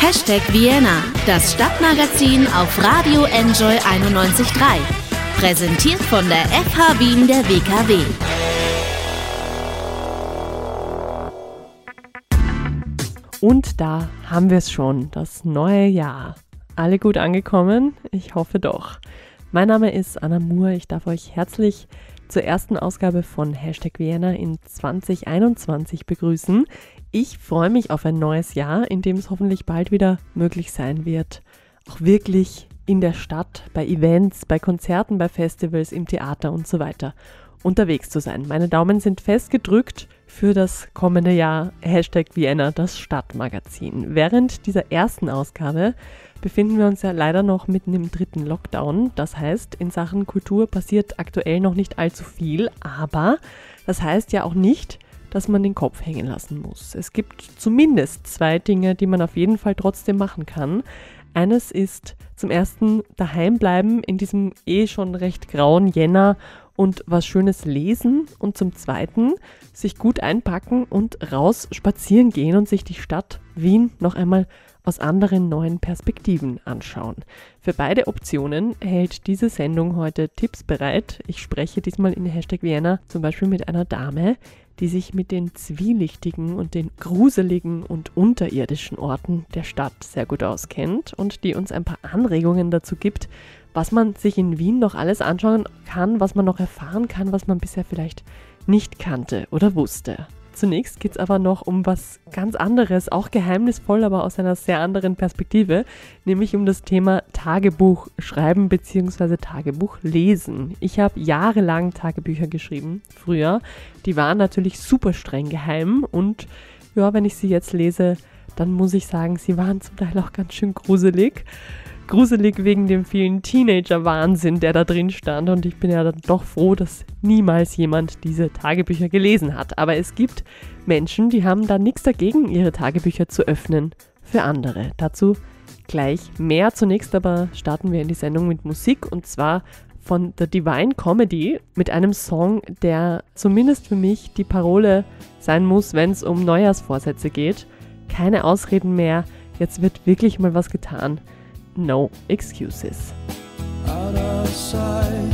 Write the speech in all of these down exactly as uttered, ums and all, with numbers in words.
Hashtag Vienna, das Stadtmagazin auf Radio Enjoy einundneunzig Komma drei. Präsentiert von der F H Wien der W K W. Und da haben wir es schon, das neue Jahr. Alle gut angekommen? Ich hoffe doch. Mein Name ist Anna Moore. Ich darf euch herzlich zur ersten Ausgabe von Hashtag Vienna in zwanzig einundzwanzig begrüßen. Ich freue mich auf ein neues Jahr, in dem es hoffentlich bald wieder möglich sein wird, auch wirklich in der Stadt, bei Events, bei Konzerten, bei Festivals, im Theater und so weiter unterwegs zu sein. Meine Daumen sind fest gedrückt für das kommende Jahr. Hashtag Vienna, das Stadtmagazin. Während dieser ersten Ausgabe befinden wir uns ja leider noch mitten im dritten Lockdown. Das heißt, in Sachen Kultur passiert aktuell noch nicht allzu viel, aber das heißt ja auch nicht, dass man den Kopf hängen lassen muss. Es gibt zumindest zwei Dinge, die man auf jeden Fall trotzdem machen kann. Eines ist zum ersten daheim bleiben in diesem eh schon recht grauen Jänner und was Schönes lesen und zum Zweiten sich gut einpacken und raus spazieren gehen und sich die Stadt Wien noch einmal aus anderen neuen Perspektiven anschauen. Für beide Optionen hält diese Sendung heute Tipps bereit. Ich spreche diesmal in Hashtag Vienna zum Beispiel mit einer Dame, die sich mit den zwielichtigen und den gruseligen und unterirdischen Orten der Stadt sehr gut auskennt und die uns ein paar Anregungen dazu gibt, was man sich in Wien noch alles anschauen kann, was man noch erfahren kann, was man bisher vielleicht nicht kannte oder wusste. Zunächst geht es aber noch um was ganz anderes, auch geheimnisvoll, aber aus einer sehr anderen Perspektive, nämlich um das Thema Tagebuch schreiben bzw. Tagebuch lesen. Ich habe jahrelang Tagebücher geschrieben, früher. Die waren natürlich super streng geheim und ja, wenn ich sie jetzt lese, dann muss ich sagen, sie waren zum Teil auch ganz schön gruselig. Gruselig wegen dem vielen Teenager-Wahnsinn, der da drin stand. Und ich bin ja dann doch froh, dass niemals jemand diese Tagebücher gelesen hat. Aber es gibt Menschen, die haben da nichts dagegen, ihre Tagebücher zu öffnen für andere. Dazu gleich mehr. Zunächst aber starten wir in die Sendung mit Musik und zwar von The Divine Comedy mit einem Song, der zumindest für mich die Parole sein muss, wenn es um Neujahrsvorsätze geht. Keine Ausreden mehr, jetzt wird wirklich mal was getan. No excuses. Out of sight,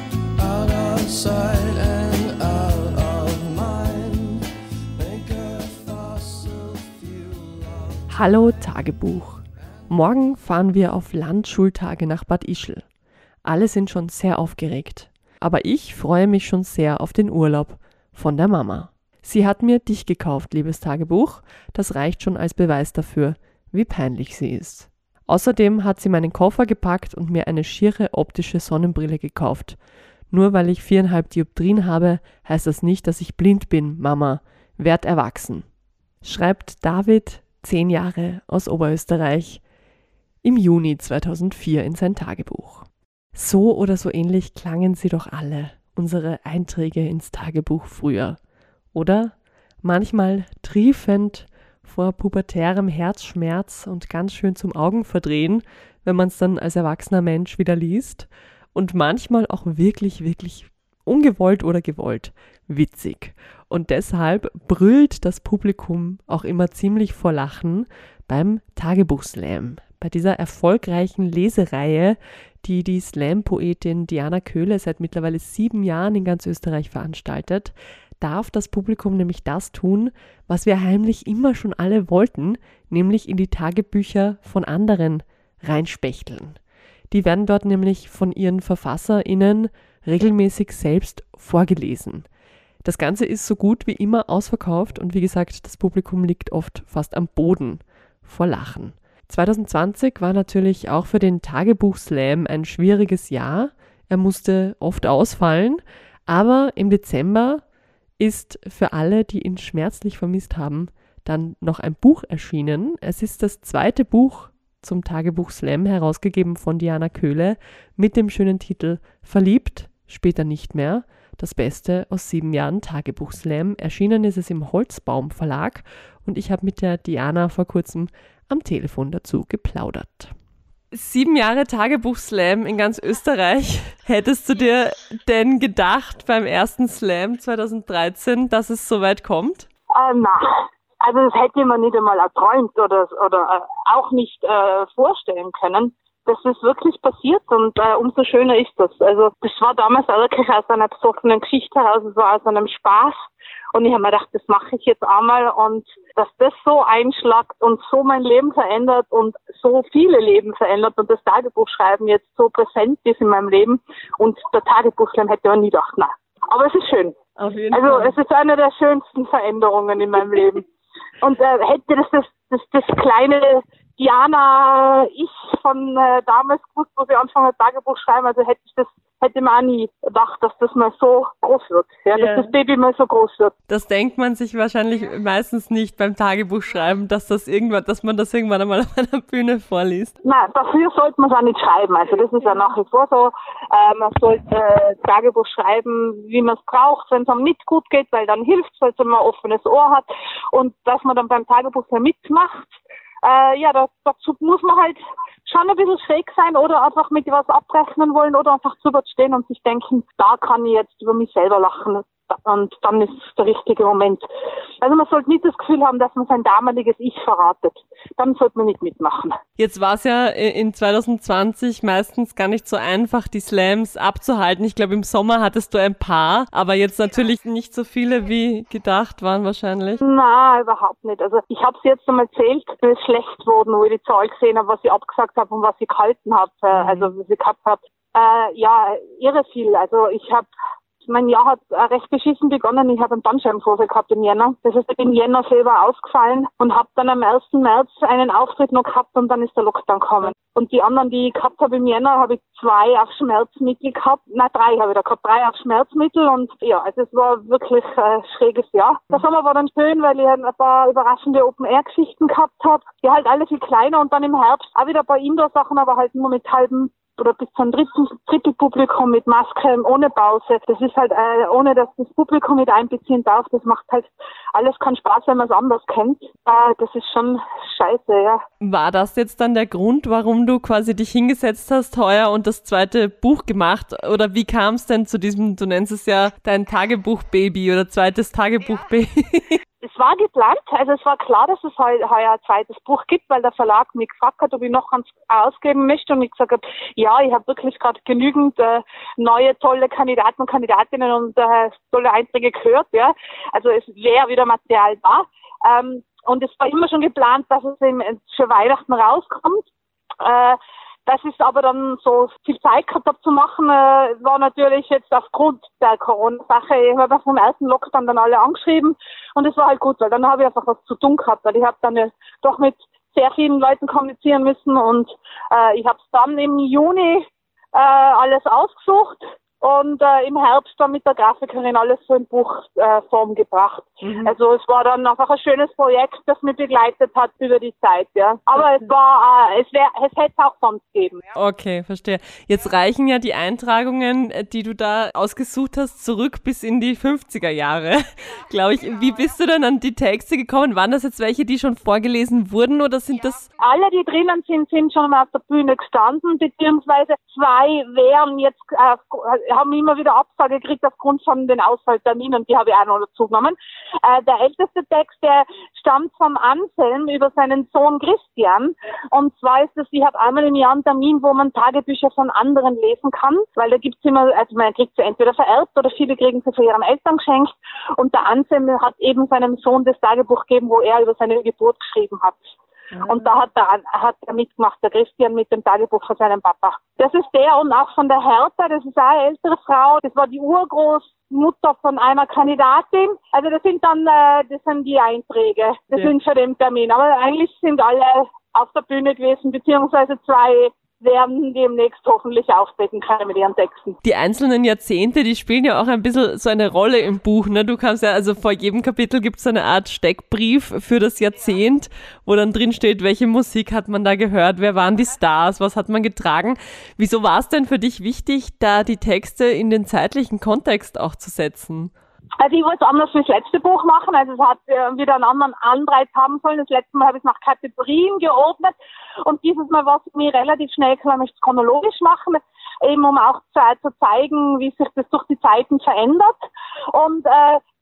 out of sight and out of mind. Make a fossil fuel of Hallo Tagebuch. Morgen fahren wir auf Landschultage nach Bad Ischl. Alle sind schon sehr aufgeregt. Aber ich freue mich schon sehr auf den Urlaub von der Mama. Sie hat mir dich gekauft, liebes Tagebuch. Das reicht schon als Beweis dafür, wie peinlich sie ist. Außerdem hat sie meinen Koffer gepackt und mir eine schiere optische Sonnenbrille gekauft. Nur weil ich viereinhalb Dioptrien habe, heißt das nicht, dass ich blind bin, Mama. Werd erwachsen. Schreibt David, zehn Jahre, aus Oberösterreich, im Juni zweitausendvier in sein Tagebuch. So oder so ähnlich klangen sie doch alle, unsere Einträge ins Tagebuch früher. Oder? Manchmal triefend vor pubertärem Herzschmerz und ganz schön zum Augenverdrehen, wenn man es dann als erwachsener Mensch wieder liest. Und manchmal auch wirklich, wirklich ungewollt oder gewollt witzig. Und deshalb brüllt das Publikum auch immer ziemlich vor Lachen beim Tagebuch-Slam. Bei dieser erfolgreichen Lesereihe, die die Slam-Poetin Diana Köhle seit mittlerweile sieben Jahren in ganz Österreich veranstaltet, darf das Publikum nämlich das tun, was wir heimlich immer schon alle wollten, nämlich in die Tagebücher von anderen reinspechteln. Die werden dort nämlich von ihren VerfasserInnen regelmäßig selbst vorgelesen. Das Ganze ist so gut wie immer ausverkauft und wie gesagt, das Publikum liegt oft fast am Boden vor Lachen. zwanzig zwanzig war natürlich auch für den Tagebuch-Slam ein schwieriges Jahr. Er musste oft ausfallen, aber im Dezember ist für alle, die ihn schmerzlich vermisst haben, dann noch ein Buch erschienen. Es ist das zweite Buch zum Tagebuch Slam, herausgegeben von Diana Köhle, mit dem schönen Titel Verliebt, später nicht mehr. Das Beste aus sieben Jahren Tagebuch Slam. Erschienen ist es im Holzbaum Verlag und ich habe mit der Diana vor kurzem am Telefon dazu geplaudert. Sieben Jahre Tagebuch-Slam in ganz Österreich. Hättest du dir denn gedacht beim ersten Slam zweitausenddreizehn, dass es so weit kommt? Äh, nein, Also das hätte man nicht einmal erträumt oder, oder auch nicht äh, vorstellen können. Das ist wirklich passiert und äh, umso schöner ist das. Also das war damals wirklich aus einer besoffenen Geschichte heraus, es war aus einem Spaß. Und ich habe mir gedacht, das mache ich jetzt einmal und dass das so einschlagt und so mein Leben verändert und so viele Leben verändert und das Tagebuchschreiben jetzt so präsent ist in meinem Leben und der Tagebuchschreiben hätte ich auch nie gedacht, nein. Aber es ist schön. Auf jeden also Fall. Es ist eine der schönsten Veränderungen in meinem Leben. Und äh, hätte das das, das das kleine Diana ich von äh, damals gewusst, wo sie anfangen hat Tagebuch schreiben, also hätte ich das hätte man auch nie gedacht, dass das mal so groß wird, ja, Ja. dass das Baby mal so groß wird. Das denkt man sich wahrscheinlich meistens nicht beim Tagebuchschreiben, dass das irgendwann, dass man das irgendwann einmal auf einer Bühne vorliest. Nein, dafür sollte man es auch nicht schreiben. Also das ist ja nach wie vor so. Äh, man sollte äh, Tagebuch schreiben, wie man es braucht, wenn es einem nicht gut geht, weil dann hilft es, wenn man ein offenes Ohr hat. Und dass man dann beim Tagebuch ja mitmacht, äh, ja, da, dazu muss man halt schon ein bisschen schräg sein oder einfach mit was abrechnen wollen oder einfach drüber stehen und sich denken, da kann ich jetzt über mich selber lachen. Und dann ist der richtige Moment. Also man sollte nicht das Gefühl haben, dass man sein damaliges Ich verratet. Dann sollte man nicht mitmachen. Jetzt war es ja in zwanzig zwanzig meistens gar nicht so einfach, die Slams abzuhalten. Ich glaube, im Sommer hattest du ein paar, aber jetzt natürlich nicht so viele, wie gedacht waren wahrscheinlich. Nein, überhaupt nicht. Also ich habe es jetzt einmal erzählt, mir ist schlecht geworden, wo ich die Zahl gesehen habe, was ich abgesagt habe und was ich gehalten habe, äh, also was ich gehabt habe. Äh, ja, irre viel. Also ich habe Mein Jahr hat recht beschissen begonnen. Ich habe einen Bandscheibenvorfall gehabt im Jänner. Das heißt, ich bin im Jänner selber ausgefallen und habe dann am ersten März einen Auftritt noch gehabt und dann ist der Lockdown gekommen. Und die anderen, die ich gehabt habe im Jänner, habe ich zwei auf Schmerzmittel gehabt. Nein, drei habe ich da gehabt. Drei auf Schmerzmittel und ja, also es war wirklich ein schräges Jahr. Der Sommer war dann schön, weil ich ein paar überraschende Open-Air-Geschichten gehabt habe. Ja, halt alle viel kleiner und dann im Herbst auch wieder ein paar Indoor-Sachen, aber halt nur mit halben oder bis zum dritten Drittel Publikum mit Maske, ohne Pause. Das ist halt, äh, ohne dass das Publikum mit einbeziehen darf. Das macht halt alles keinen Spaß, wenn man es anders kennt. Äh, das ist schon scheiße, ja. War das jetzt dann der Grund, warum du quasi dich hingesetzt hast heuer und das zweite Buch gemacht? Oder wie kam es denn zu diesem, du nennst es ja dein Tagebuchbaby oder zweites Tagebuchbaby? Es war geplant, also es war klar, dass es heu, heuer ein zweites Buch gibt, weil der Verlag mich gefragt hat, ob ich noch eins ausgeben möchte und ich gesagt habe, ja, ich habe wirklich gerade genügend äh, neue tolle Kandidaten und Kandidatinnen und äh, tolle Einträge gehört, ja. Also es wäre wieder Material da. Ähm, und es war immer schon geplant, dass es eben für Weihnachten rauskommt. Äh, Das ist aber dann so viel Zeit gehabt habe zu machen, äh, war natürlich jetzt aufgrund der Corona-Sache, ich habe vom ersten Lockdown dann alle angeschrieben und es war halt gut, weil dann habe ich einfach was zu tun gehabt, weil ich habe dann ja doch mit sehr vielen Leuten kommunizieren müssen und äh, ich habe es dann im Juni äh, alles ausgesucht und äh, im Herbst dann mit der Grafikerin alles so in Buchform äh, gebracht. Mhm. Also es war dann einfach ein schönes Projekt, das mich begleitet hat über die Zeit, ja. Aber okay. es war, äh, es wäre, es hätte es auch sonst geben. Ja? Okay, verstehe. Jetzt reichen ja die Eintragungen, die du da ausgesucht hast, zurück bis in die fünfziger Jahre, glaube ich. Wie bist du denn an die Texte gekommen? Waren das jetzt welche, die schon vorgelesen wurden oder sind das? Alle, die drinnen sind, sind schon mal auf der Bühne gestanden, beziehungsweise zwei wären jetzt, äh, haben immer wieder Absage gekriegt aufgrund von den Ausfallterminen, die habe ich auch noch dazu genommen. Äh, der älteste Text, der stammt vom Anselm über seinen Sohn Christian. Und zwar ist es, ich habe einmal im Jahr einen Termin, wo man Tagebücher von anderen lesen kann, weil da gibt's immer, also man kriegt sie entweder vererbt oder viele kriegen sie von ihren Eltern geschenkt. Und der Anselm hat eben seinem Sohn das Tagebuch gegeben, wo er über seine Geburt geschrieben hat. Und da hat er, hat er mitgemacht, der Christian mit dem Tagebuch von seinem Papa. Das ist der und auch von der Hertha, das ist auch eine ältere Frau, das war die Urgroßmutter von einer Kandidatin. Also das sind dann, äh, das sind die Einträge, das ja. sind für den Termin. Aber eigentlich sind alle auf der Bühne gewesen, beziehungsweise zwei werden demnächst hoffentlich auftreten können mit ihren Texten. Die einzelnen Jahrzehnte, die spielen ja auch ein bisschen so eine Rolle im Buch, ne? Du kannst ja, also vor jedem Kapitel gibt es so eine Art Steckbrief für das Jahrzehnt, wo dann drin steht, welche Musik hat man da gehört, wer waren die Stars, was hat man getragen. Wieso war es denn für dich wichtig, da die Texte in den zeitlichen Kontext auch zu setzen? Also ich wollte es anders wie das letzte Buch machen, also es hat äh, wieder einen anderen Anreiz haben sollen. Das letzte Mal habe ich es nach Kategorien geordnet und dieses Mal war es mir relativ schnell klar, ich möchte es chronologisch machen, eben um auch zu, zu zeigen, wie sich das durch die Zeiten verändert. Und äh,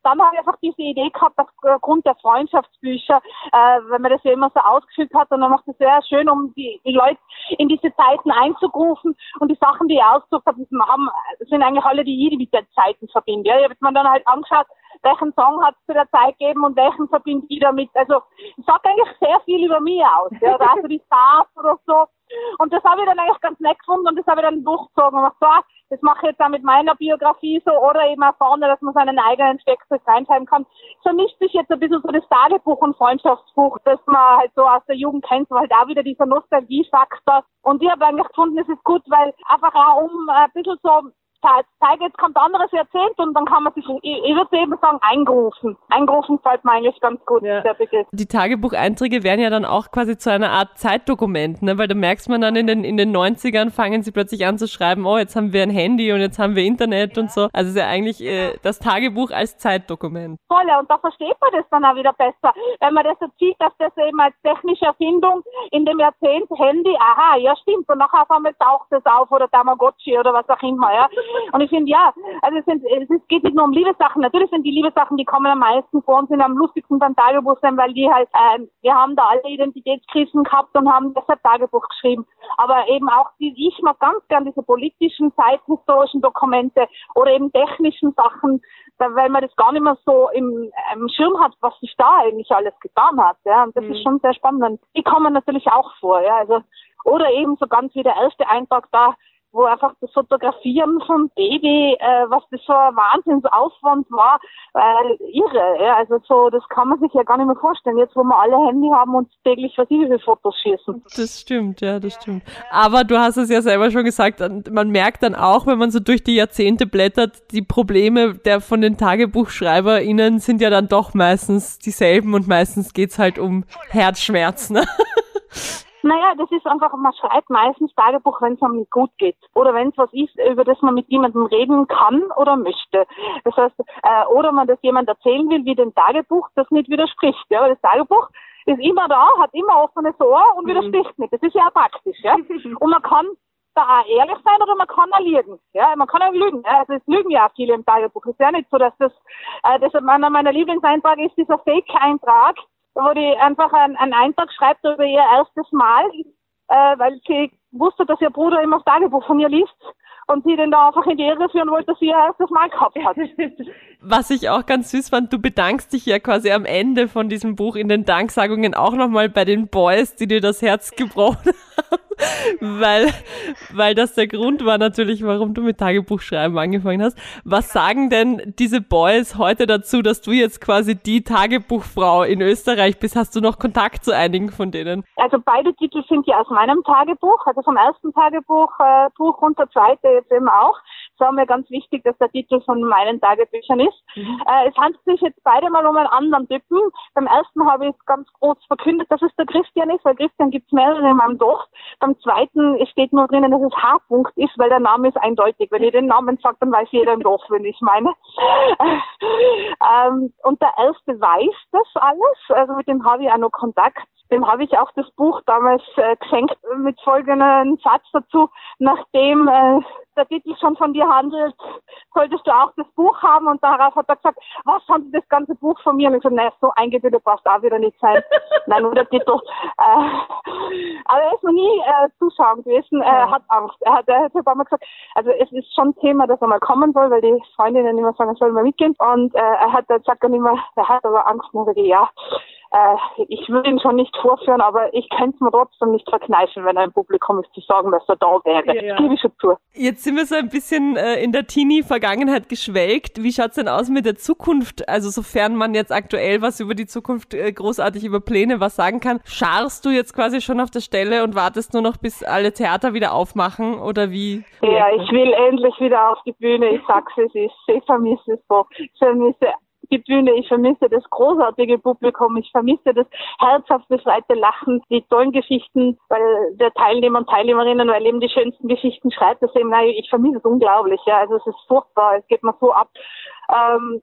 dann habe ich einfach diese Idee gehabt, dass aufgrund der Freundschaftsbücher, äh, wenn man das ja immer so ausgefüllt hat, und dann macht es sehr schön, um die, die Leute in diese Zeiten einzugrufen. Und die Sachen, die ich ausgesucht habe, haben, sind eigentlich alle, die ich mit den Zeiten verbinde. Ja, ich habe mir dann halt angeschaut, welchen Song hat es zu der Zeit gegeben und welchen verbinde ich damit. Also, es sagt eigentlich sehr viel über mich aus. Ja, oder also die Stars oder so. Und das habe ich dann eigentlich ganz nett gefunden und das habe ich dann durchgezogen und gesagt, so, das mache ich jetzt auch mit meiner Biografie so oder eben auch vorne, dass man seinen eigenen Steckbrief reinschreiben kann. So mischt sich jetzt ein bisschen so das Tagebuch und Freundschaftsbuch, das man halt so aus der Jugend kennt, so halt auch wieder dieser Nostalgie-Faktor. Und ich habe eigentlich gefunden, es ist gut, weil einfach auch um ein bisschen so zeige, jetzt kommt anderes Jahrzehnt und dann kann man sich, ich, ich würde eben sagen, eingerufen. Eingerufen fällt mir eigentlich ganz gut, ja. Der Begriff. Die Tagebucheinträge werden ja dann auch quasi zu einer Art Zeitdokument, ne? Weil da merkst man dann in den, in den neunzigern fangen sie plötzlich an zu schreiben, oh, jetzt haben wir ein Handy und jetzt haben wir Internet und so. Also es ist ja eigentlich äh, das Tagebuch als Zeitdokument. Voll, und da versteht man das dann auch wieder besser, wenn man das so sieht, dass das eben als technische Erfindung in dem Jahrzehnt Handy, aha, ja stimmt, und nachher auf einmal taucht das auf oder Tamagotchi oder was auch immer, ja. Und ich finde, ja, also es, sind, es geht nicht nur um Liebessachen. Natürlich sind die Liebessachen, die kommen am meisten vor und sind am lustigsten beim Tagebuch sein, weil die halt, äh, wir haben da alle Identitätskrisen gehabt und haben deshalb Tagebuch geschrieben. Aber eben auch, die, ich mag ganz gern diese politischen, zeithistorischen Dokumente oder eben technischen Sachen, weil man das gar nicht mehr so im, im Schirm hat, was sich da eigentlich alles getan hat. Ja, und das mhm. ist schon sehr spannend. Die kommen natürlich auch vor, ja, also, oder eben so ganz wie der erste Eintrag da, wo einfach das Fotografieren vom Baby, äh, was das für ein Wahnsinnsaufwand war, äh, irre. Ja, also so, das kann man sich ja gar nicht mehr vorstellen, jetzt wo wir alle Handy haben und täglich was ich wie viele Fotos schießen. Das stimmt, ja, das stimmt. Aber du hast es ja selber schon gesagt, man merkt dann auch, wenn man so durch die Jahrzehnte blättert, die Probleme der von den TagebuchschreiberInnen sind ja dann doch meistens dieselben und meistens geht's halt um Herzschmerz, ne? Naja, das ist einfach, man schreibt meistens Tagebuch, wenn es einem nicht gut geht. Oder wenn es was ist, über das man mit jemandem reden kann oder möchte. Das heißt, äh, oder man das jemand erzählen will, wie dem Tagebuch, das nicht widerspricht. Ja, weil das Tagebuch ist immer da, hat immer offenes Ohr und mhm. widerspricht nicht. Das ist ja auch praktisch, ja. Und man kann da auch ehrlich sein oder man kann auch lügen. Ja, man kann auch lügen. Ja. Also es lügen ja auch viele im Tagebuch. Es ist ja nicht so, dass das, äh, deshalb einer meiner Lieblingseintrag ist dieser Fake-Eintrag, wo die einfach einen, einen Eintrag schreibt über ihr erstes Mal, äh, weil sie wusste, dass ihr Bruder immer das Tagebuch von ihr liest und sie den da einfach in die Irre führen wollte, dass sie ihr erstes Mal gehabt hat. Was ich auch ganz süß fand, du bedankst dich ja quasi am Ende von diesem Buch in den Danksagungen auch nochmal bei den Boys, die dir das Herz gebrochen haben, weil, weil das der Grund war natürlich, warum du mit Tagebuchschreiben angefangen hast. Was sagen denn diese Boys heute dazu, dass du jetzt quasi die Tagebuchfrau in Österreich bist? Hast du noch Kontakt zu einigen von denen? Also beide Titel sind ja aus meinem Tagebuch, also vom ersten Tagebuch, äh, Buch und der zweite jetzt eben auch. Es war mir ganz wichtig, dass der Titel von meinen Tagebüchern ist. Mhm. Äh, es handelt sich jetzt beide mal um einen anderen Typen. Beim ersten habe ich es ganz groß verkündet, dass es der Christian ist, weil Christian gibt es mehrere in meinem Dorf. Beim zweiten steht nur drinnen, dass es H. ist, weil der Name ist eindeutig. Wenn ich den Namen sage, dann weiß jeder im Dorf, wenn ich meine. ähm, und der erste weiß das alles, also mit dem habe ich auch noch Kontakt. Dem habe ich auch das Buch damals äh, geschenkt mit folgendem Satz dazu, nachdem äh, der Titel schon von dir handelt, solltest du auch das Buch haben, und darauf hat er gesagt, was handelt das ganze Buch von mir? Und ich so, naja, so eingebildet passt auch wieder nicht sein. Nein, nur der Titel. Äh, aber er ist noch nie äh, Zuschauer gewesen, er ja. hat Angst. Er hat, er hat ein paar Mal gesagt, also es ist schon Thema, dass er mal kommen soll, weil die Freundinnen immer sagen, er soll mal mitgehen. Und äh, er hat dann sagt dann immer, er hat aber Angst, und ich, ja, äh, ich will ihn schon nicht vorführen, aber ich könnte es mir trotzdem nicht verkneifen, wenn er im Publikum ist, zu sagen, dass er da wäre. Ja, ja. Das gebe ich schon zu. Jetzt sind wir so ein bisschen äh, in der Teenie-Vergangenheit geschwelgt. Wie schaut's denn aus mit der Zukunft? Also sofern man jetzt aktuell was über die Zukunft äh, großartig über Pläne was sagen kann, scharrst du jetzt quasi schon auf der Stelle und wartest nur noch, bis alle Theater wieder aufmachen, oder wie? Ja, ich will endlich wieder auf die Bühne. Ich sag's, es ist, ich vermisse es so. Ich vermisse die Bühne, ich vermisse das großartige Publikum, ich vermisse das herzhaft befreite Lachen, die tollen Geschichten, weil der Teilnehmer und Teilnehmerinnen, weil eben die schönsten Geschichten schreibt, das eben, nein, ich vermisse es unglaublich, ja, also es ist furchtbar, es geht mir so ab. Ähm,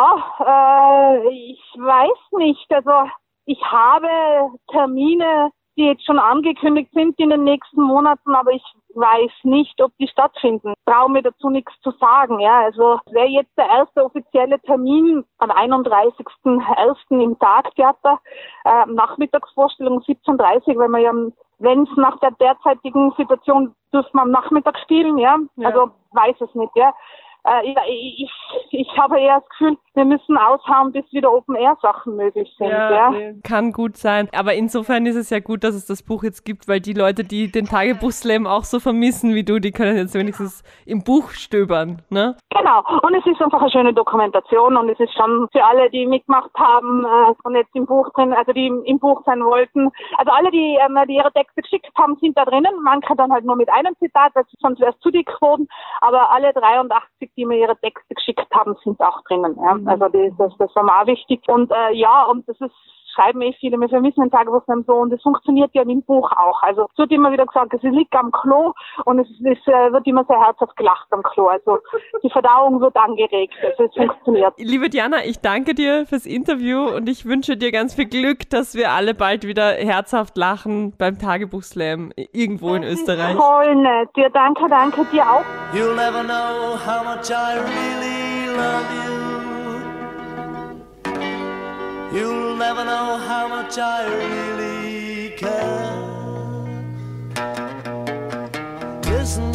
ja, äh, ich weiß nicht, also ich habe Termine die jetzt schon angekündigt sind in den nächsten Monaten, aber ich weiß nicht, ob die stattfinden. Ich traue mir dazu nichts zu sagen. Ja, also wäre jetzt der erste offizielle Termin am einunddreißigsten ersten im Tagtheater, äh, Nachmittagsvorstellung siebzehn Uhr dreißig, weil man ja, wenn es nach der derzeitigen Situation dürfen wir am Nachmittag spielen, ja, ja. Also weiß es nicht, ja. Äh, ich, ich, ich habe eher das Gefühl, wir müssen aushauen, bis wieder Open-Air-Sachen möglich sind. Ja, ja. Nee, kann gut sein. Aber insofern ist es ja gut, dass es das Buch jetzt gibt, weil die Leute, die den Tagebuchslam auch so vermissen wie du, die können jetzt wenigstens im Buch stöbern, ne? Genau. Und es ist einfach eine schöne Dokumentation und es ist schon für alle, die mitgemacht haben äh, und jetzt im Buch drin, also die im, im Buch sein wollten. Also alle, die, ähm, die ihre Texte geschickt haben, sind da drinnen. Manche dann halt nur mit einem Zitat, weil es sonst wäre es zu dick geworden. Aber alle dreiundachtzig, die mir ihre Texte geschickt haben, sind auch drinnen. Ja. Also das, das, das war mir auch wichtig. Und äh, ja, und das ist, schreiben eh viele, wir vermissen den Tagebuchslam so und das funktioniert ja im Buch auch. Also es wird immer wieder gesagt, es liegt am Klo und es, es äh, wird immer sehr herzhaft gelacht am Klo. Also die Verdauung wird angeregt, also es funktioniert. Liebe Diana, ich danke dir fürs Interview und ich wünsche dir ganz viel Glück, dass wir alle bald wieder herzhaft lachen beim Tagebuchslam irgendwo in Österreich. Voll nett. Dir danke, danke, dir auch. You'll never know how much I really love you. You'll never know how much I really care. Listen,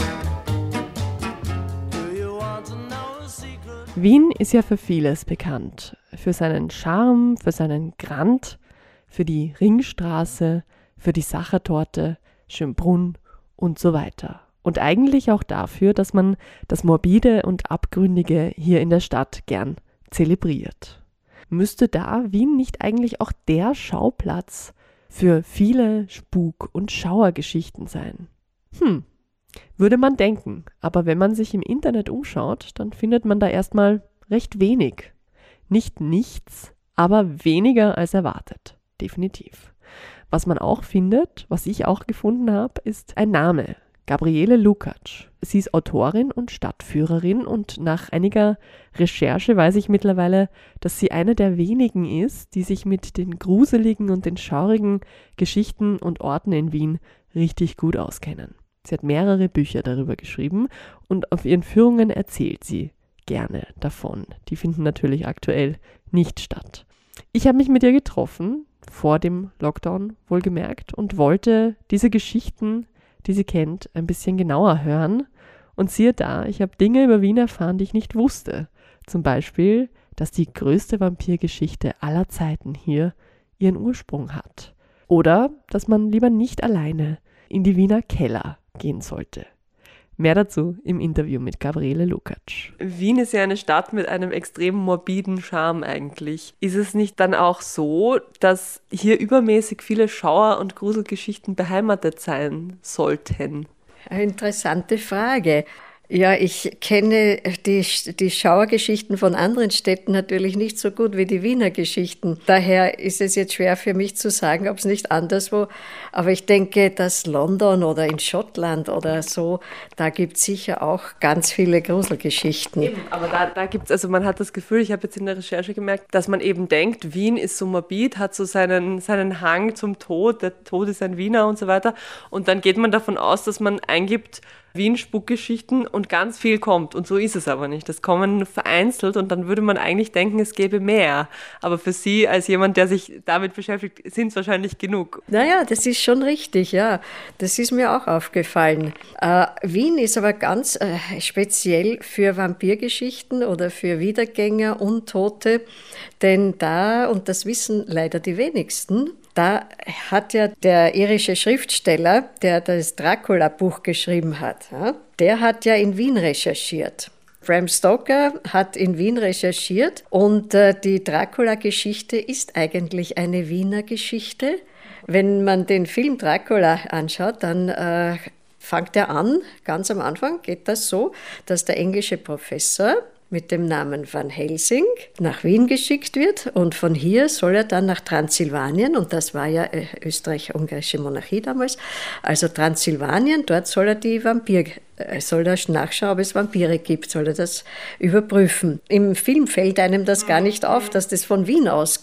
do you want to know a secret? Wien ist ja für vieles bekannt. Für seinen Charme, für seinen Grand, für die Ringstraße, für die Sachertorte, Schönbrunn und so weiter. Und eigentlich auch dafür, dass man das Morbide und Abgründige hier in der Stadt gern zelebriert. Müsste da Wien nicht eigentlich auch der Schauplatz für viele Spuk- und Schauergeschichten sein? Hm, würde man denken, aber wenn man sich im Internet umschaut, dann findet man da erstmal recht wenig. Nicht nichts, aber weniger als erwartet, definitiv. Was man auch findet, was ich auch gefunden habe, ist ein Name. Gabriele Lukacs. Sie ist Autorin und Stadtführerin und nach einiger Recherche weiß ich mittlerweile, dass sie eine der wenigen ist, die sich mit den gruseligen und den schaurigen Geschichten und Orten in Wien richtig gut auskennen. Sie hat mehrere Bücher darüber geschrieben und auf ihren Führungen erzählt sie gerne davon. Die finden natürlich aktuell nicht statt. Ich habe mich mit ihr getroffen, vor dem Lockdown wohlgemerkt, und wollte diese Geschichten, die sie kennt, ein bisschen genauer hören. Und siehe da, ich habe Dinge über Wien erfahren, die ich nicht wusste. Zum Beispiel, dass die größte Vampirgeschichte aller Zeiten hier ihren Ursprung hat. Oder, dass man lieber nicht alleine in die Wiener Keller gehen sollte. Mehr dazu im Interview mit Gabriele Lukacs. Wien ist ja eine Stadt mit einem extrem morbiden Charme eigentlich. Ist es nicht dann auch so, dass hier übermäßig viele Schauer- und Gruselgeschichten beheimatet sein sollten? Eine interessante Frage. Ja, ich kenne die, die Schauergeschichten von anderen Städten natürlich nicht so gut wie die Wiener Geschichten. Daher ist es jetzt schwer für mich zu sagen, ob es nicht anderswo. Aber ich denke, dass London oder in Schottland oder so, da gibt es sicher auch ganz viele Gruselgeschichten. Eben, aber da, da gibt es, also man hat das Gefühl, ich habe jetzt in der Recherche gemerkt, dass man eben denkt, Wien ist so morbid, hat so seinen, seinen Hang zum Tod, der Tod ist ein Wiener und so weiter. Und dann geht man davon aus, dass man eingibt, Wien-Spukgeschichten und ganz viel kommt. Und so ist es aber nicht. Das kommen nur vereinzelt und dann würde man eigentlich denken, es gäbe mehr. Aber für Sie als jemand, der sich damit beschäftigt, sind es wahrscheinlich genug. Naja, das ist schon richtig, ja. Das ist mir auch aufgefallen. Äh, Wien ist aber ganz äh, speziell für Vampirgeschichten oder für Wiedergänger, Untote. Denn da, und das wissen leider die wenigsten, da hat ja der irische Schriftsteller, der das Dracula-Buch geschrieben hat, ja, der hat ja in Wien recherchiert. Bram Stoker hat in Wien recherchiert und äh, die Dracula-Geschichte ist eigentlich eine Wiener Geschichte. Wenn man den Film Dracula anschaut, dann äh, fängt er an, ganz am Anfang geht das so, dass der englische Professor mit dem Namen Van Helsing nach Wien geschickt wird und von hier soll er dann nach Transsilvanien, und das war ja äh, österreich-ungarische Monarchie damals, also Transsilvanien, dort soll er die Vampir, äh, soll er nachschauen, ob es Vampire gibt, soll er das überprüfen. Im Film fällt einem das gar nicht auf, dass das von Wien ausgeht.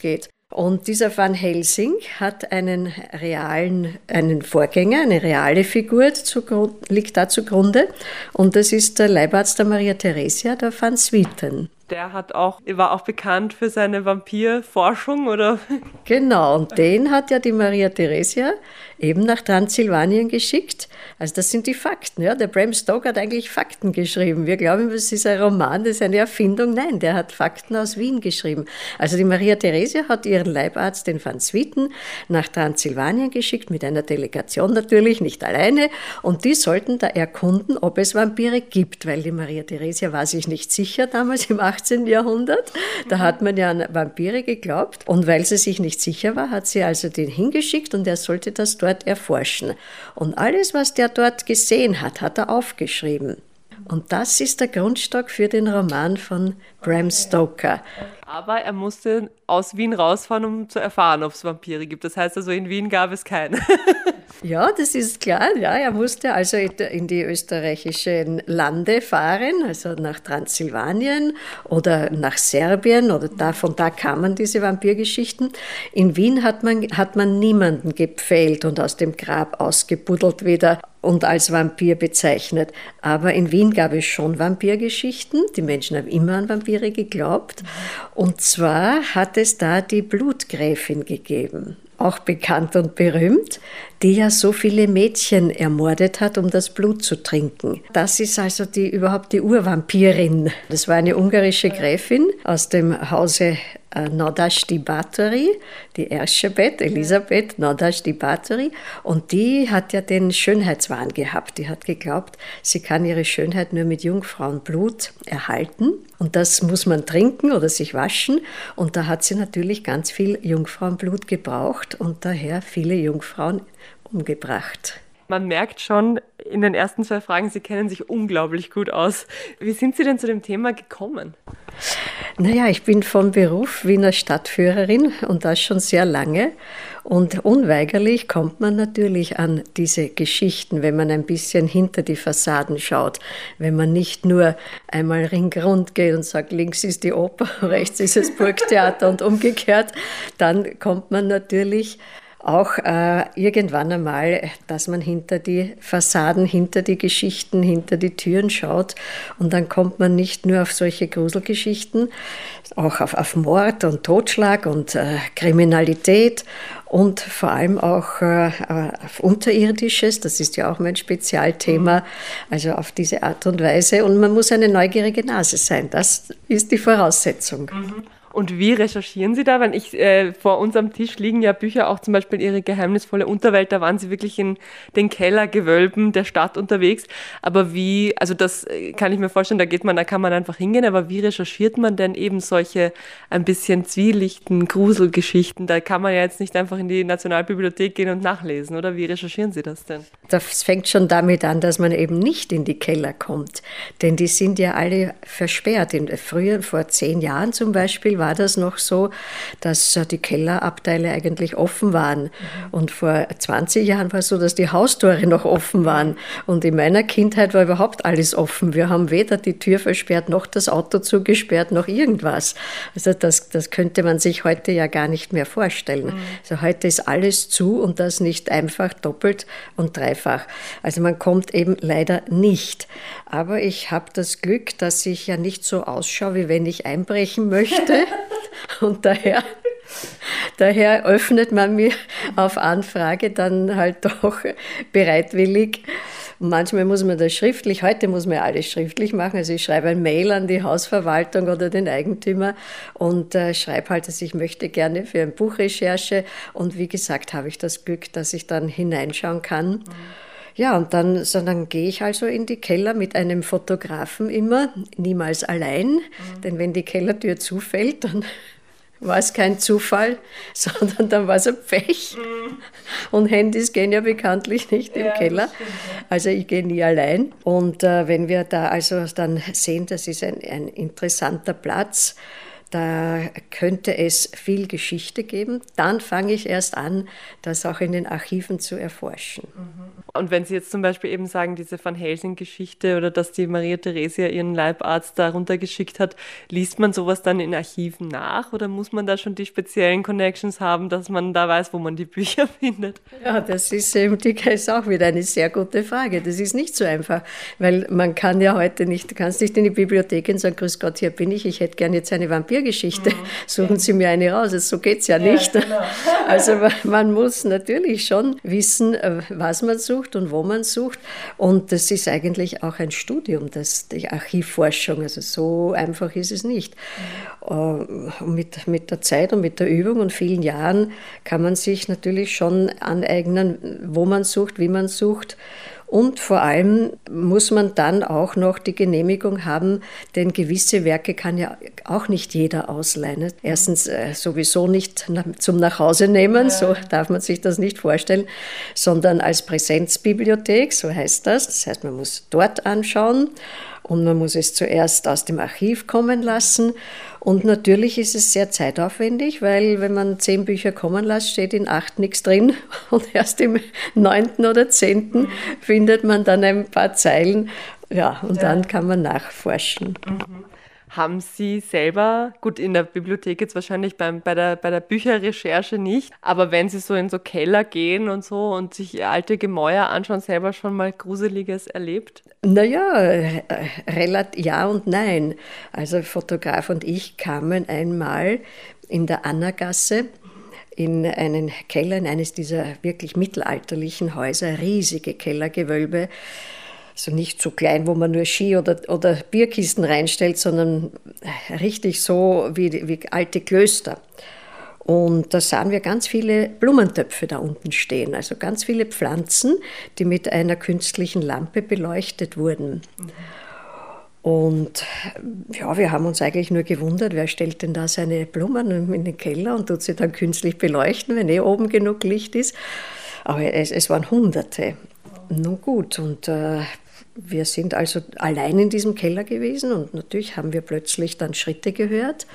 Und dieser Van Helsing hat einen realen, einen Vorgänger, eine reale Figur, liegt da zugrunde. Und das ist der Leibarzt der Maria Theresia, der Van Swieten. Der hat auch, war auch bekannt für seine Vampirforschung, oder? Genau, und den hat ja die Maria Theresia eben nach Transsilvanien geschickt. Also das sind die Fakten. Ja. Der Bram Stoker hat eigentlich Fakten geschrieben. Wir glauben, das ist ein Roman, das ist eine Erfindung. Nein, der hat Fakten aus Wien geschrieben. Also die Maria Theresia hat ihren Leibarzt, den Van Swieten, nach Transsilvanien geschickt, mit einer Delegation natürlich, nicht alleine. Und die sollten da erkunden, ob es Vampire gibt, weil die Maria Theresia war sich nicht sicher damals im achtzehnten Jahrhundert. Da hat man ja an Vampire geglaubt. Und weil sie sich nicht sicher war, hat sie also den hingeschickt und er sollte das dort erforschen. Und alles, was der dort gesehen hat, hat er aufgeschrieben. Und das ist der Grundstock für den Roman von Bram Stoker. Aber er musste aus Wien rausfahren, um zu erfahren, ob es Vampire gibt. Das heißt also, in Wien gab es keine. Ja, das ist klar. Ja, er musste also in die österreichischen Lande fahren, also nach Transsilvanien oder nach Serbien, oder da, von da kamen diese Vampirgeschichten. In Wien hat man, hat man niemanden gepfählt und aus dem Grab ausgebuddelt wieder und als Vampir bezeichnet. Aber in Wien gab es schon Vampirgeschichten. Die Menschen haben immer an Vampire geglaubt. Und zwar hat es da die Blutgräfin gegeben, auch bekannt und berühmt, die ja so viele Mädchen ermordet hat, um das Blut zu trinken. Das ist also die, überhaupt die Urvampirin. Das war eine ungarische Gräfin aus dem Hause Nádasdy Báthory, die Erzsébet, Elisabeth Nádasdy Báthory. Und die hat ja den Schönheitswahn gehabt. Die hat geglaubt, sie kann ihre Schönheit nur mit Jungfrauenblut erhalten. Und das muss man trinken oder sich waschen. Und da hat sie natürlich ganz viel Jungfrauenblut gebraucht und daher viele Jungfrauen umgebracht. Man merkt schon in den ersten zwei Fragen, Sie kennen sich unglaublich gut aus. Wie sind Sie denn zu dem Thema gekommen? Naja, ich bin von Beruf Wiener Stadtführerin und das schon sehr lange. Und unweigerlich kommt man natürlich an diese Geschichten, wenn man ein bisschen hinter die Fassaden schaut. Wenn man nicht nur einmal ringrund geht und sagt, links ist die Oper, rechts ist das Burgtheater und umgekehrt, dann kommt man natürlich auch äh, irgendwann einmal, dass man hinter die Fassaden, hinter die Geschichten, hinter die Türen schaut. Und dann kommt man nicht nur auf solche Gruselgeschichten, auch auf, auf Mord und Totschlag und äh, Kriminalität und vor allem auch äh, auf Unterirdisches. Das ist ja auch mein Spezialthema, also auf diese Art und Weise. Und man muss eine neugierige Nase sein. Das ist die Voraussetzung. Mhm. Und wie recherchieren Sie da? Weil ich, äh, vor uns am Tisch liegen ja Bücher, auch zum Beispiel Ihre geheimnisvolle Unterwelt, da waren Sie wirklich in den Kellergewölben der Stadt unterwegs. Aber wie, also das kann ich mir vorstellen, da geht man, da kann man einfach hingehen, aber wie recherchiert man denn eben solche ein bisschen zwielichten Gruselgeschichten? Da kann man ja jetzt nicht einfach in die Nationalbibliothek gehen und nachlesen, oder? Wie recherchieren Sie das denn? Das fängt schon damit an, dass man eben nicht in die Keller kommt, denn die sind ja alle versperrt. In, früher, vor zehn Jahren zum Beispiel, war das noch so, dass die Kellerabteile eigentlich offen waren. Mhm. Und vor zwanzig Jahren war es so, dass die Haustore noch offen waren. Und in meiner Kindheit war überhaupt alles offen. Wir haben weder die Tür versperrt, noch das Auto zugesperrt, noch irgendwas. Also das, das könnte man sich heute ja gar nicht mehr vorstellen. Mhm. Also heute ist alles zu und das nicht einfach doppelt und dreifach. Also man kommt eben leider nicht. Aber ich habe das Glück, dass ich ja nicht so ausschaue, wie wenn ich einbrechen möchte. Und daher, daher öffnet man mir auf Anfrage dann halt doch bereitwillig. Und manchmal muss man das schriftlich, heute muss man ja alles schriftlich machen. Also ich schreibe ein Mail an die Hausverwaltung oder den Eigentümer und äh, schreibe halt, dass ich möchte gerne für eine Buchrecherche. Und wie gesagt, habe ich das Glück, dass ich dann hineinschauen kann. Mhm. Ja, und dann, so, dann gehe ich also in die Keller mit einem Fotografen immer, niemals allein, mhm. denn wenn die Kellertür zufällt, dann war es kein Zufall, sondern dann war es ein Pech. Mhm. Und Handys gehen ja bekanntlich nicht im ja, Keller, stimmt, ja. Also ich gehe nie allein. Und äh, wenn wir da also dann sehen, das ist ein, ein interessanter Platz, Da könnte es viel Geschichte geben. Dann fange ich erst an, das auch in den Archiven zu erforschen. Und wenn Sie jetzt zum Beispiel eben sagen, diese Van Helsing-Geschichte oder dass die Maria Theresia ihren Leibarzt da runtergeschickt hat, liest man sowas dann in Archiven nach oder muss man da schon die speziellen Connections haben, dass man da weiß, wo man die Bücher findet? Ja, das ist eben die, ist auch wieder eine sehr gute Frage. Das ist nicht so einfach, weil man kann ja heute nicht, du kannst nicht in die Bibliothek gehen und sagen, grüß Gott, hier bin ich, ich hätte gerne jetzt eine Vampirgeschichte, mhm. suchen Sie mir eine raus. So geht es ja nicht. Ja, genau. Also man, man muss natürlich schon wissen, was man sucht und wo man sucht. Und das ist eigentlich auch ein Studium, das, die Archivforschung. Also so einfach ist es nicht. Mhm. Mit, mit der Zeit und mit der Übung und vielen Jahren kann man sich natürlich schon aneignen, wo man sucht, wie man sucht. Und vor allem muss man dann auch noch die Genehmigung haben, denn gewisse Werke kann ja auch nicht jeder ausleihen. Erstens äh, sowieso nicht na, zum Nachhause nehmen, so darf man sich das nicht vorstellen, sondern als Präsenzbibliothek, so heißt das. Das heißt, man muss dort anschauen und man muss es zuerst aus dem Archiv kommen lassen. Und natürlich ist es sehr zeitaufwendig, weil wenn man zehn Bücher kommen lässt, steht in acht nichts drin und erst im neunten oder zehnten mhm. findet man dann ein paar Zeilen. Ja, und ja. dann kann man nachforschen. Mhm. Haben Sie selber, gut, in der Bibliothek jetzt wahrscheinlich beim, bei, der, bei der Bücherrecherche nicht, aber wenn Sie so in so Keller gehen und so und sich alte Gemäuer anschauen, selber schon mal Gruseliges erlebt? Naja, äh, relativ ja und nein. Also Fotograf und ich kamen einmal in der Anna-Gasse in einen Keller, in eines dieser wirklich mittelalterlichen Häuser, riesige Kellergewölbe. Also nicht so klein, wo man nur Ski oder, oder Bierkisten reinstellt, sondern richtig so wie, wie alte Klöster. Und da sahen wir ganz viele Blumentöpfe da unten stehen, also ganz viele Pflanzen, die mit einer künstlichen Lampe beleuchtet wurden. Mhm. Und ja, wir haben uns eigentlich nur gewundert, wer stellt denn da seine Blumen in den Keller und tut sie dann künstlich beleuchten, wenn eh oben genug Licht ist. Aber es, es waren Hunderte. Nun gut, und äh, wir sind also allein in diesem Keller gewesen und natürlich haben wir plötzlich dann Schritte gehört.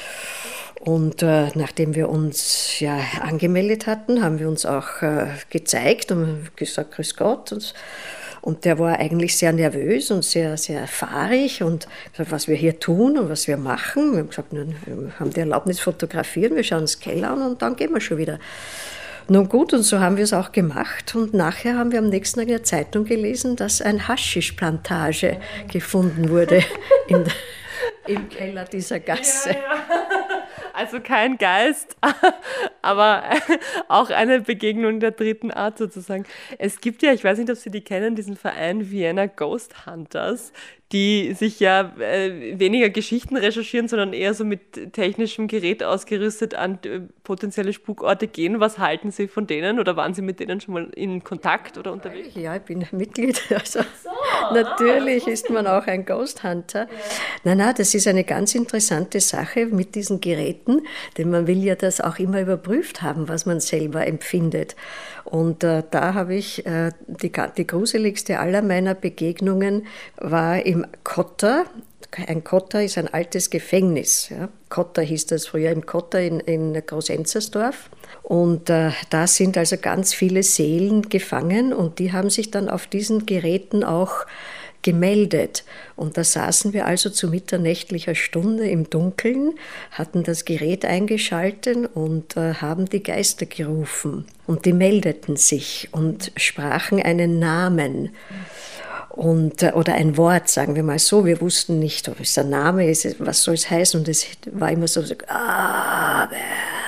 Und äh, nachdem wir uns ja angemeldet hatten, haben wir uns auch äh, gezeigt und gesagt, grüß Gott. Und, und der war eigentlich sehr nervös und sehr, sehr fahrig und gesagt, was wir hier tun und was wir machen. Wir haben gesagt, nun, wir haben die Erlaubnis fotografieren, wir schauen uns den Keller an und dann gehen wir schon wieder. Nun gut, und so haben wir es auch gemacht. Und nachher haben wir am nächsten Tag in der Zeitung gelesen, dass eine Haschischplantage gefunden wurde in der, im Keller dieser Gasse. Ja, ja. Also kein Geist, aber auch eine Begegnung der dritten Art sozusagen. Es gibt ja, ich weiß nicht, ob Sie die kennen, diesen Verein Vienna Ghost Hunters, die sich ja äh, weniger Geschichten recherchieren, sondern eher so mit technischem Gerät ausgerüstet an äh, potenzielle Spukorte gehen. Was halten Sie von denen oder waren Sie mit denen schon mal in Kontakt oder unterwegs? Ja, ich bin Mitglied. Also so, natürlich ah, ist man auch ein Ghost Hunter. Ja. Nein, nein, das ist eine ganz interessante Sache mit diesen Geräten, denn man will ja das auch immer überprüft haben, was man selber empfindet. Und äh, da habe ich äh, die, die gruseligste aller meiner Begegnungen war im Kotter. Ein Kotter ist ein altes Gefängnis. Ja. Kotter hieß das früher, im Kotter in, in Groß-Enzersdorf. Und äh, da sind also ganz viele Seelen gefangen und die haben sich dann auf diesen Geräten auch gemeldet. Und da saßen wir also zu mitternächtlicher Stunde im Dunkeln, hatten das Gerät eingeschaltet und äh, haben die Geister gerufen. Und die meldeten sich und sprachen einen Namen. Und, oder ein Wort, sagen wir mal so. Wir wussten nicht, ob es ein Name ist, was soll es heißen. Und es war immer so, so Gabe,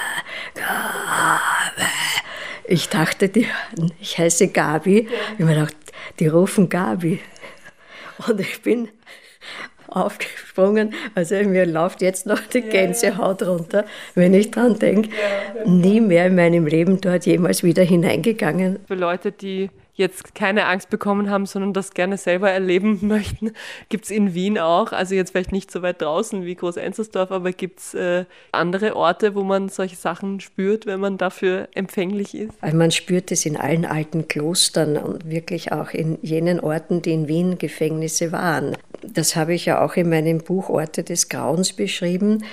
Gabe. Ich dachte, die, ich heiße Gabi. Ich habe mir gedacht, die rufen Gabi. Und ich bin aufgesprungen, also mir läuft jetzt noch die Gänsehaut runter, wenn ich dran denke. Nie mehr in meinem Leben dort jemals wieder hineingegangen. Für Leute, die jetzt keine Angst bekommen haben, sondern das gerne selber erleben möchten, gibt es in Wien auch, also jetzt vielleicht nicht so weit draußen wie Groß-Enzersdorf, aber gibt es äh, andere Orte, wo man solche Sachen spürt, wenn man dafür empfänglich ist? Also man spürt es in allen alten Klostern und wirklich auch in jenen Orten, die in Wien Gefängnisse waren. Das habe ich ja auch in meinem Buch Orte des Grauens beschrieben.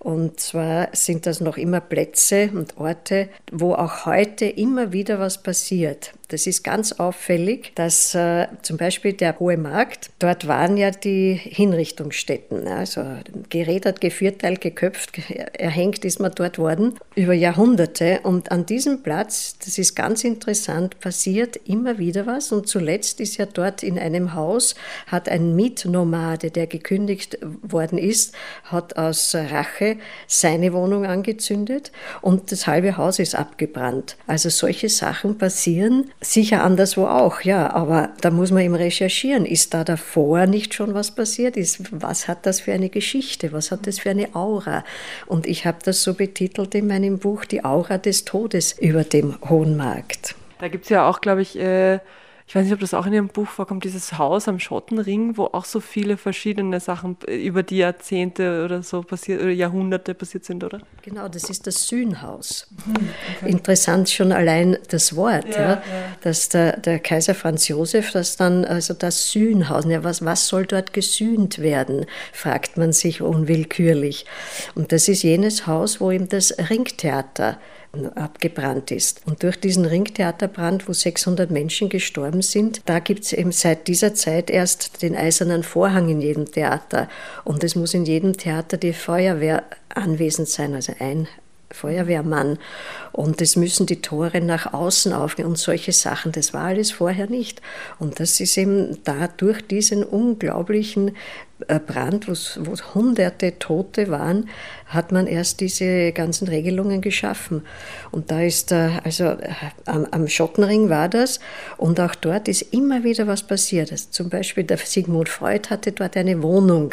Und zwar sind das noch immer Plätze und Orte, wo auch heute immer wieder was passiert. Das ist ganz auffällig, dass äh, zum Beispiel der Hohe Markt, dort waren ja die Hinrichtungsstätten, also gerädert, gevierteilt, geköpft, erhängt ist man dort worden über Jahrhunderte. Und an diesem Platz, das ist ganz interessant, passiert immer wieder was. Und zuletzt ist ja dort in einem Haus, hat ein Mietnomade, der gekündigt worden ist, hat aus Rache seine Wohnung angezündet und das halbe Haus ist abgebrannt. Also solche Sachen passieren sicher anderswo auch, ja, aber da muss man eben recherchieren. Ist da davor nicht schon was passiert? Ist, was hat das für eine Geschichte? Was hat das für eine Aura? Und ich habe das so betitelt in meinem Buch, die Aura des Todes über dem Hohen Markt. Da gibt es ja auch, glaube ich, äh ich weiß nicht, ob das auch in Ihrem Buch vorkommt, dieses Haus am Schottenring, wo auch so viele verschiedene Sachen über die Jahrzehnte oder so passiert, oder Jahrhunderte passiert sind, oder? Genau, das ist das Sühnhaus. Mhm, okay. Interessant schon allein das Wort, ja, ja, ja. Dass der, der Kaiser Franz Josef, das dann, also das Sühnhaus, ja, was, was soll dort gesühnt werden, fragt man sich unwillkürlich. Und das ist jenes Haus, wo eben das Ringtheater abgebrannt ist. Und durch diesen Ringtheaterbrand, wo sechshundert Menschen gestorben sind, da gibt es eben seit dieser Zeit erst den eisernen Vorhang in jedem Theater. Und es muss in jedem Theater die Feuerwehr anwesend sein, also ein Feuerwehrmann. Und es müssen die Tore nach außen aufgehen und solche Sachen. Das war alles vorher nicht. Und das ist eben da durch diesen unglaublichen Brand, wo hunderte Tote waren, hat man erst diese ganzen Regelungen geschaffen. Und da ist, also am, am Schottenring war das und auch dort ist immer wieder was passiert. Also zum Beispiel der Sigmund Freud hatte dort eine Wohnung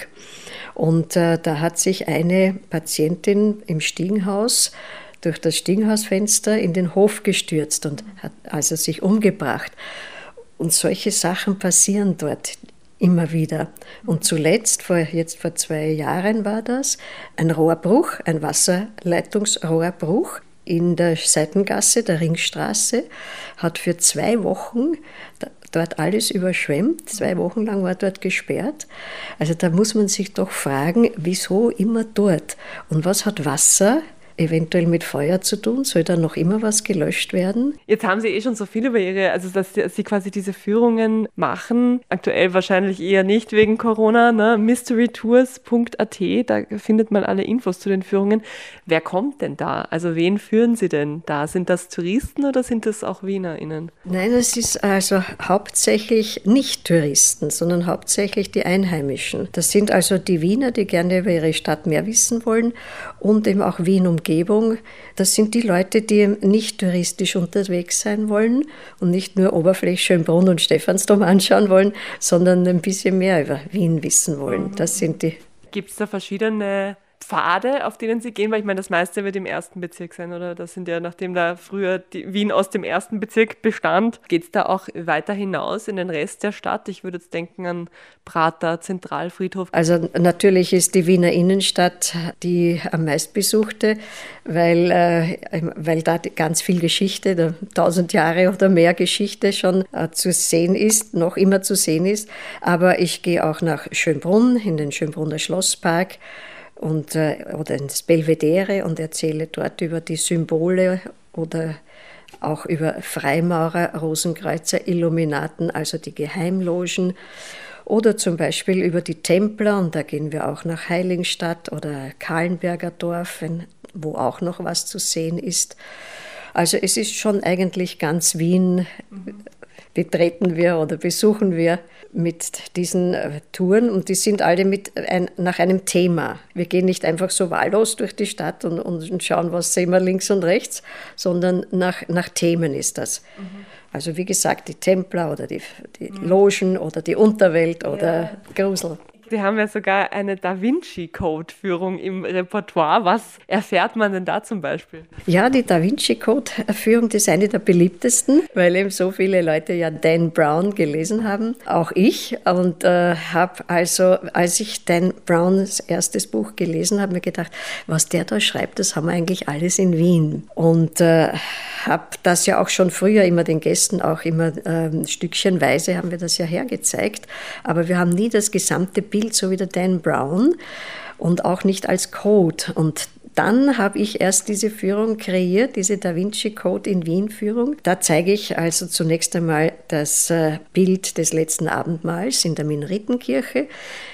und äh, da hat sich eine Patientin im Stiegenhaus durch das Stiegenhausfenster in den Hof gestürzt und hat also sich umgebracht. Und solche Sachen passieren dort immer wieder. Und zuletzt, vor, jetzt vor zwei Jahren war das, ein Rohrbruch, ein Wasserleitungsrohrbruch in der Seitengasse, der Ringstraße, hat für zwei Wochen dort alles überschwemmt. Zwei Wochen lang war dort gesperrt. Also da muss man sich doch fragen, wieso immer dort? Und was hat Wasser eventuell mit Feuer zu tun? Soll da noch immer was gelöscht werden? Jetzt haben Sie eh schon so viel über Ihre, also dass Sie quasi diese Führungen machen, aktuell wahrscheinlich eher nicht wegen Corona, ne? mystery tours punkt a t, da findet man alle Infos zu den Führungen. Wer kommt denn da? Also wen führen Sie denn da? Sind das Touristen oder sind das auch WienerInnen? Nein, es ist also hauptsächlich nicht Touristen, sondern hauptsächlich die Einheimischen. Das sind also die Wiener, die gerne über ihre Stadt mehr wissen wollen und eben auch Wien um Umgebung. Das sind die Leute, die nicht touristisch unterwegs sein wollen und nicht nur Oberfläche Schönbrunn und Stephansdom anschauen wollen, sondern ein bisschen mehr über Wien wissen wollen. Das sind die. Gibt es da verschiedene Pfade, auf denen Sie gehen? Weil ich meine, das meiste wird im ersten Bezirk sein, oder? Das sind ja, nachdem da früher die Wien aus dem ersten Bezirk bestand, geht es da auch weiter hinaus in den Rest der Stadt? Ich würde jetzt denken an Prater, Zentralfriedhof. Also natürlich ist die Wiener Innenstadt die am meistbesuchte, weil, äh, weil da ganz viel Geschichte, tausend Jahre oder mehr Geschichte schon äh, zu sehen ist, noch immer zu sehen ist. Aber ich gehe auch nach Schönbrunn, in den Schönbrunner Schlosspark, und, oder ins Belvedere und erzähle dort über die Symbole oder auch über Freimaurer, Rosenkreuzer, Illuminaten, also die Geheimlogen. Oder zum Beispiel über die Templer, und da gehen wir auch nach Heiligenstadt oder Kahlenberger Dorf, wo auch noch was zu sehen ist. Also es ist schon eigentlich ganz Wien, betreten wir oder besuchen wir mit diesen Touren, und die sind alle mit ein, nach einem Thema. Wir gehen nicht einfach so wahllos durch die Stadt und, und schauen, was sehen wir links und rechts, sondern nach, nach Themen ist das. Mhm. Also wie gesagt, die Templer oder die, die mhm. Logen oder die Unterwelt oder ja. Grusel. Sie haben ja sogar eine Da Vinci-Code-Führung im Repertoire. Was erfährt man denn da zum Beispiel? Ja, die Da Vinci-Code-Führung, das ist eine der beliebtesten, weil eben so viele Leute ja Dan Brown gelesen haben, auch ich. Und äh, habe also, als ich Dan Browns erstes Buch gelesen habe, mir gedacht, was der da schreibt, das haben wir eigentlich alles in Wien. Und äh, habe das ja auch schon früher immer den Gästen auch immer äh, stückchenweise haben wir das ja hergezeigt, aber wir haben nie das gesamte Bild, so wie der Dan Brown. und auch nicht als Code. Und dann habe ich erst diese Führung kreiert, diese Da Vinci Code in Wien Führung. Da zeige ich also zunächst einmal das Bild des letzten Abendmahls in der Minoritenkirche.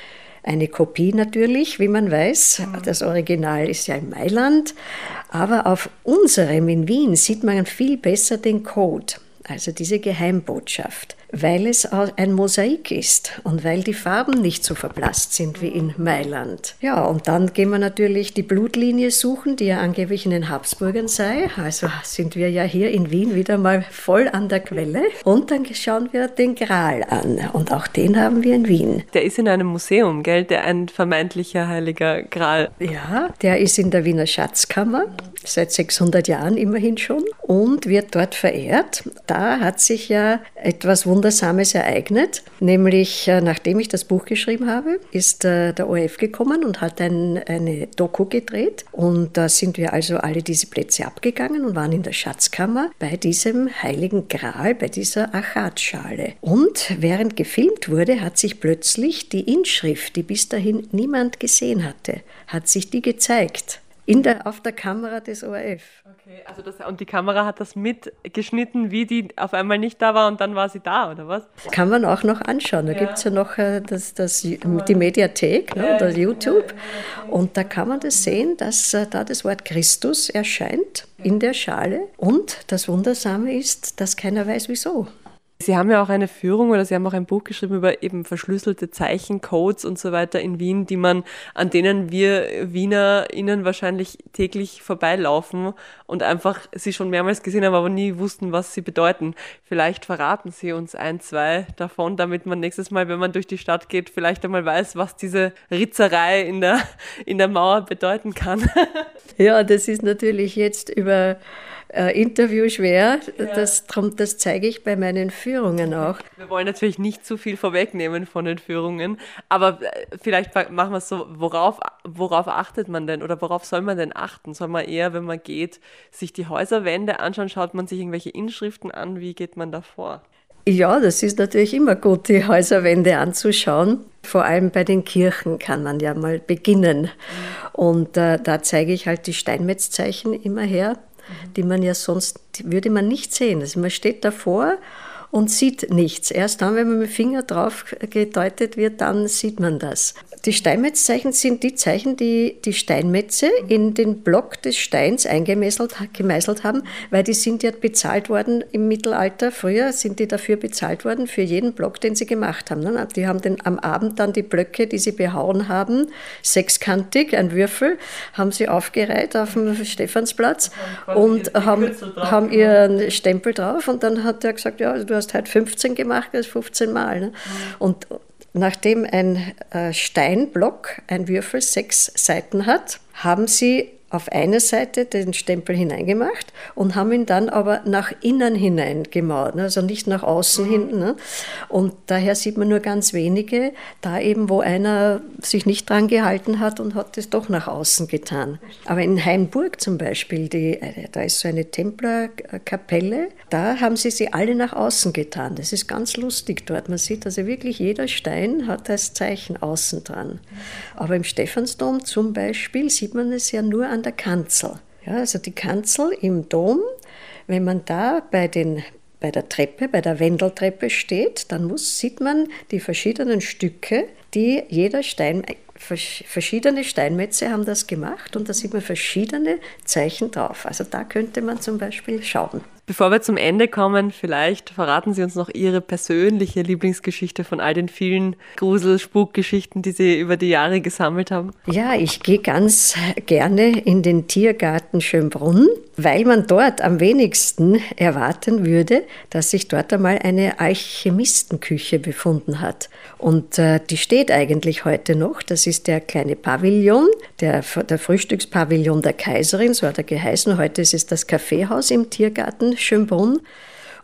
Eine Kopie natürlich, wie man weiß. Das Original ist ja in Mailand. Aber auf unserem in Wien sieht man viel besser den Code, also diese Geheimbotschaft, weil es ein Mosaik ist und weil die Farben nicht so verblasst sind wie in Mailand. Ja, und dann gehen wir natürlich die Blutlinie suchen, die ja angeblich in den Habsburgern sei. Also sind wir ja hier in Wien wieder mal voll an der Quelle. Und dann schauen wir den Gral an und auch den haben wir in Wien. Der ist in einem Museum, gell? Der ein vermeintlicher heiliger Gral. Ja, der ist in der Wiener Schatzkammer, seit sechshundert Jahren immerhin schon und wird dort verehrt. Da hat sich ja etwas Wundersames ereignet, nämlich äh, nachdem ich das Buch geschrieben habe, ist äh, der O R F gekommen und hat ein, eine Doku gedreht und da sind wir also alle diese Plätze abgegangen und waren in der Schatzkammer bei diesem heiligen Gral, bei dieser Achatschale. Und während gefilmt wurde, hat sich plötzlich die Inschrift, die bis dahin niemand gesehen hatte, hat sich die gezeigt. In der, auf der Kamera des O R F. Okay, also das, und die Kamera hat das mitgeschnitten, wie die auf einmal nicht da war und dann war sie da, oder was? Kann man auch noch anschauen. Da ja. gibt es ja noch äh, das, das, die Mediathek, ne, oder YouTube. Und da kann man das sehen, dass äh, da das Wort Christus erscheint in der Schale. Und das Wundersame ist, dass keiner weiß, wieso. Sie haben ja auch eine Führung oder Sie haben auch ein Buch geschrieben über eben verschlüsselte Zeichencodes und so weiter in Wien, die man, an denen wir WienerInnen wahrscheinlich täglich vorbeilaufen und einfach sie schon mehrmals gesehen haben, aber nie wussten, was sie bedeuten. Vielleicht verraten Sie uns ein, zwei davon, damit man nächstes Mal, wenn man durch die Stadt geht, vielleicht einmal weiß, was diese Ritzerei in der, in der Mauer bedeuten kann. Ja, das ist natürlich jetzt über Äh, Interview schwer, ja. das, das zeige ich bei meinen Führungen auch. Wir wollen natürlich nicht zu viel vorwegnehmen von den Führungen, aber vielleicht machen wir es so, worauf, worauf achtet man denn oder worauf soll man denn achten? Soll man eher, wenn man geht, sich die Häuserwände anschauen, schaut man sich irgendwelche Inschriften an, wie geht man da vor? Ja, das ist natürlich immer gut, die Häuserwände anzuschauen. Vor allem bei den Kirchen kann man ja mal beginnen. Mhm. Und äh, da zeige ich halt die Steinmetzzeichen immer her, die man ja sonst, würde man nicht sehen. Also man steht davor und sieht nichts. Erst dann, wenn man mit dem Finger drauf gedeutet wird, dann sieht man das. Die Steinmetzzeichen sind die Zeichen, die die Steinmetze in den Block des Steins eingemeißelt gemeißelt haben, weil die sind ja bezahlt worden im Mittelalter. Früher sind die dafür bezahlt worden, für jeden Block, den sie gemacht haben. Die haben den, am Abend dann die Blöcke, die sie behauen haben, sechskantig, ein Würfel, haben sie aufgereiht auf dem Stephansplatz und haben, haben ihren Stempel drauf. Und dann hat er gesagt, ja, du hast heute fünfzehn gemacht, das ist fünfzehn Mal. Ne? Und nachdem ein äh, Steinblock, ein Würfel, sechs Seiten hat, haben sie auf eine Seite den Stempel hineingemacht und haben ihn dann aber nach innen hinein gemauert, also nicht nach außen mhm. hinten. Ne? Und daher sieht man nur ganz wenige, da eben, wo einer sich nicht dran gehalten hat und hat es doch nach außen getan. Aber in Hainburg zum Beispiel, die, da ist so eine Templerkapelle, da haben sie sie alle nach außen getan. Das ist ganz lustig dort. Man sieht also wirklich, jeder Stein hat das Zeichen außen dran. Aber im Stephansdom zum Beispiel sieht man es ja nur an der Kanzel. Ja, also die Kanzel im Dom, wenn man da bei, den, bei der Treppe, bei der Wendeltreppe steht, dann muss, sieht man die verschiedenen Stücke, die jeder Stein, verschiedene Steinmetze haben das gemacht und da sieht man verschiedene Zeichen drauf. Also da könnte man zum Beispiel schauen. Bevor wir zum Ende kommen, vielleicht verraten Sie uns noch Ihre persönliche Lieblingsgeschichte von all den vielen Grusel-Spukgeschichten, die Sie über die Jahre gesammelt haben. Ja, ich gehe ganz gerne in den Tiergarten Schönbrunn, weil man dort am wenigsten erwarten würde, dass sich dort einmal eine Alchemistenküche befunden hat. Und äh, die steht eigentlich heute noch. Das ist der kleine Pavillon, der, der Frühstückspavillon der Kaiserin, so hat er geheißen. Heute ist es das Kaffeehaus im Tiergarten Schönbrunn.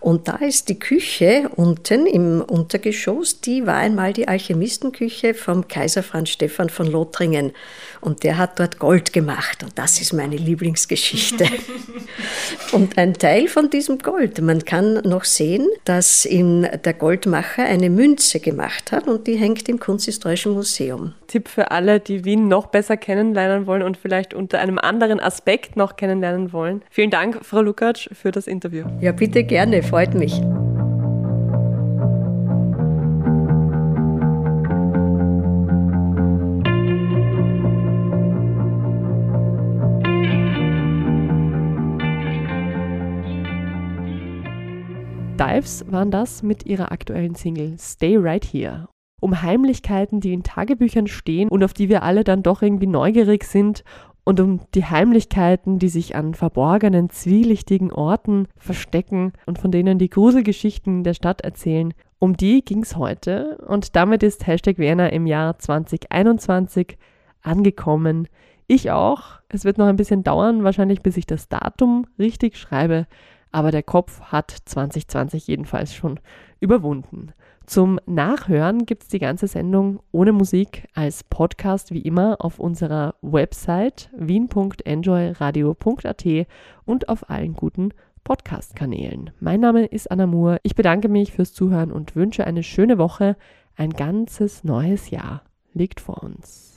Und da ist die Küche unten im Untergeschoss, die war einmal die Alchemistenküche vom Kaiser Franz Stephan von Lothringen. Und der hat dort Gold gemacht. Und das ist meine Lieblingsgeschichte. Und ein Teil von diesem Gold, man kann noch sehen, dass in der Goldmacher eine Münze gemacht hat und die hängt im Kunsthistorischen Museum. Tipp für alle, die Wien noch besser kennenlernen wollen und vielleicht unter einem anderen Aspekt noch kennenlernen wollen. Vielen Dank, Frau Lukacs, für das Interview. Ja, bitte gerne, freut mich. Dives waren das mit ihrer aktuellen Single Stay Right Here. Um Heimlichkeiten, die in Tagebüchern stehen und auf die wir alle dann doch irgendwie neugierig sind, und um die Heimlichkeiten, die sich an verborgenen, zwielichtigen Orten verstecken und von denen die Gruselgeschichten der Stadt erzählen, um die ging's heute. Und damit ist Hashtag Vienna im Jahr zwanzig einundzwanzig angekommen. Ich auch. Es wird noch ein bisschen dauern, wahrscheinlich bis ich das Datum richtig schreibe. Aber der Kopf hat zwanzig zwanzig jedenfalls schon überwunden. Zum Nachhören gibt es die ganze Sendung ohne Musik als Podcast wie immer auf unserer Website wien punkt enjoy radio punkt a t und auf allen guten Podcast-Kanälen. Mein Name ist Anna Muhr. Ich bedanke mich fürs Zuhören und wünsche eine schöne Woche. Ein ganzes neues Jahr liegt vor uns.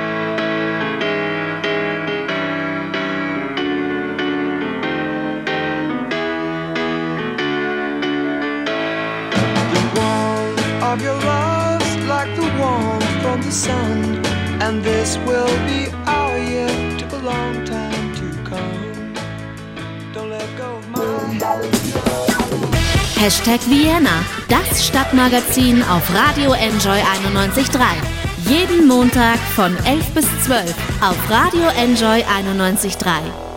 Of your love's like the warmth from the sun, and this will be our year. Took a long time to come. Don't let go of my Hashtag Vienna, das Stadtmagazin auf Radio Enjoy einundneunzig Komma drei. Jeden Montag von elf bis zwölf auf Radio Enjoy einundneunzig Komma drei.